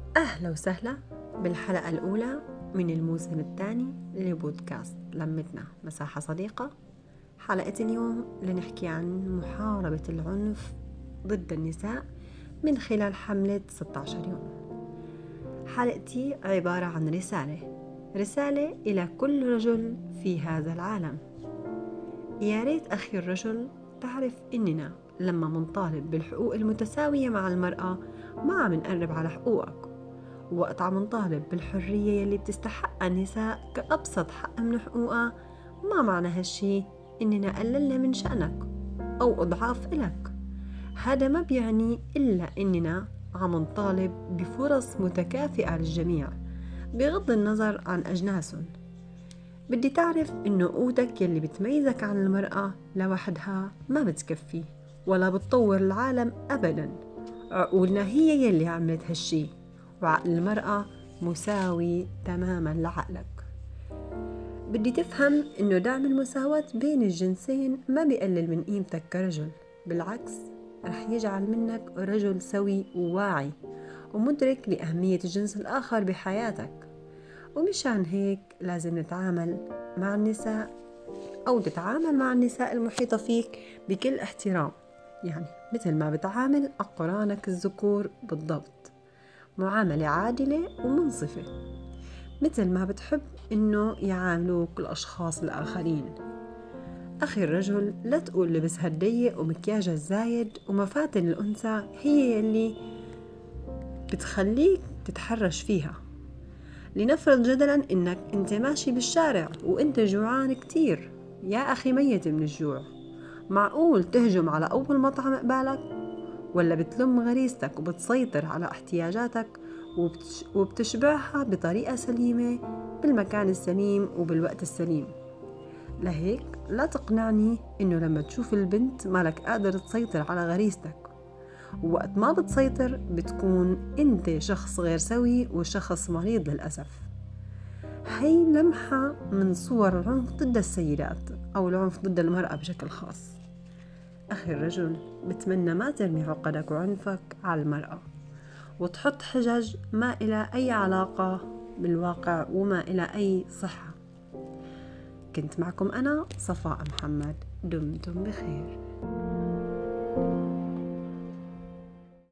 أهلا وسهلا بالحلقة الأولى من الموسم الثاني لبودكاست لمتنا مساحة صديقة. حلقة اليوم لنحكي عن محاربة العنف ضد النساء من خلال حملة 16 يوم. حلقتي عبارة عن رسالة إلى كل رجل في هذا العالم. يا ريت أخي الرجل تعرف إننا لما منطالب بالحقوق المتساوية مع المرأة ما عم نقرب على حقوقك، ووقت عم نطالب بالحرية يلي بتستحقها النساء كأبسط حق من حقوقها، ما معنى هالشي إننا قللنا من شأنك أو أضعاف إلك. هذا ما بيعني إلا إننا عم نطالب بفرص متكافئة للجميع بغض النظر عن أجناسهم. بدي تعرف إنه قوتك يلي بتميزك عن المرأة لوحدها ما بتكفي ولا بتطور العالم أبدا. عقولنا هي يلي عملت هالشي، وعقل المرأة مساوي تماما لعقلك. بدي تفهم إنه دعم المساواة بين الجنسين ما بيقلل من قيمتك كرجل، بالعكس رح يجعل منك رجل سوي وواعي ومدرك لأهمية الجنس الآخر بحياتك. ومشان هيك لازم نتعامل مع النساء أو تتعامل مع النساء المحيطة فيك بكل احترام، يعني مثل ما بتعامل أقرانك الذكور بالضبط، معاملة عادلة ومنصفة مثل ما بتحب إنه يعاملوك الأشخاص الآخرين. أخي الرجل، لا تقول لبسها الضيق ومكياجها الزايد ومفاتن الأنثى هي يلي بتخليك تتحرش فيها. لنفرض جدلا إنك أنت ماشي بالشارع وأنت جوعان كتير، يا أخي ميت من الجوع، معقول تهجم على أول مطعم قبالك؟ ولا بتلم غريزتك وبتسيطر على احتياجاتك وبتشبعها بطريقة سليمة بالمكان السليم وبالوقت السليم؟ لهيك لا تقنعني إنه لما تشوف البنت مالك قادر تسيطر على غريزتك، ووقت ما بتسيطر بتكون أنت شخص غير سوي وشخص مريض للأسف. هي لمحة من صور العنف ضد السيدات أو العنف ضد المرأة بشكل خاص. أخي الرجل، بتمنى ما ترمي عقدك وعنفك على المرأة وتحط حجج ما إلى أي علاقة بالواقع وما إلى أي صحة. كنت معكم أنا صفاء محمد، دمتم بخير.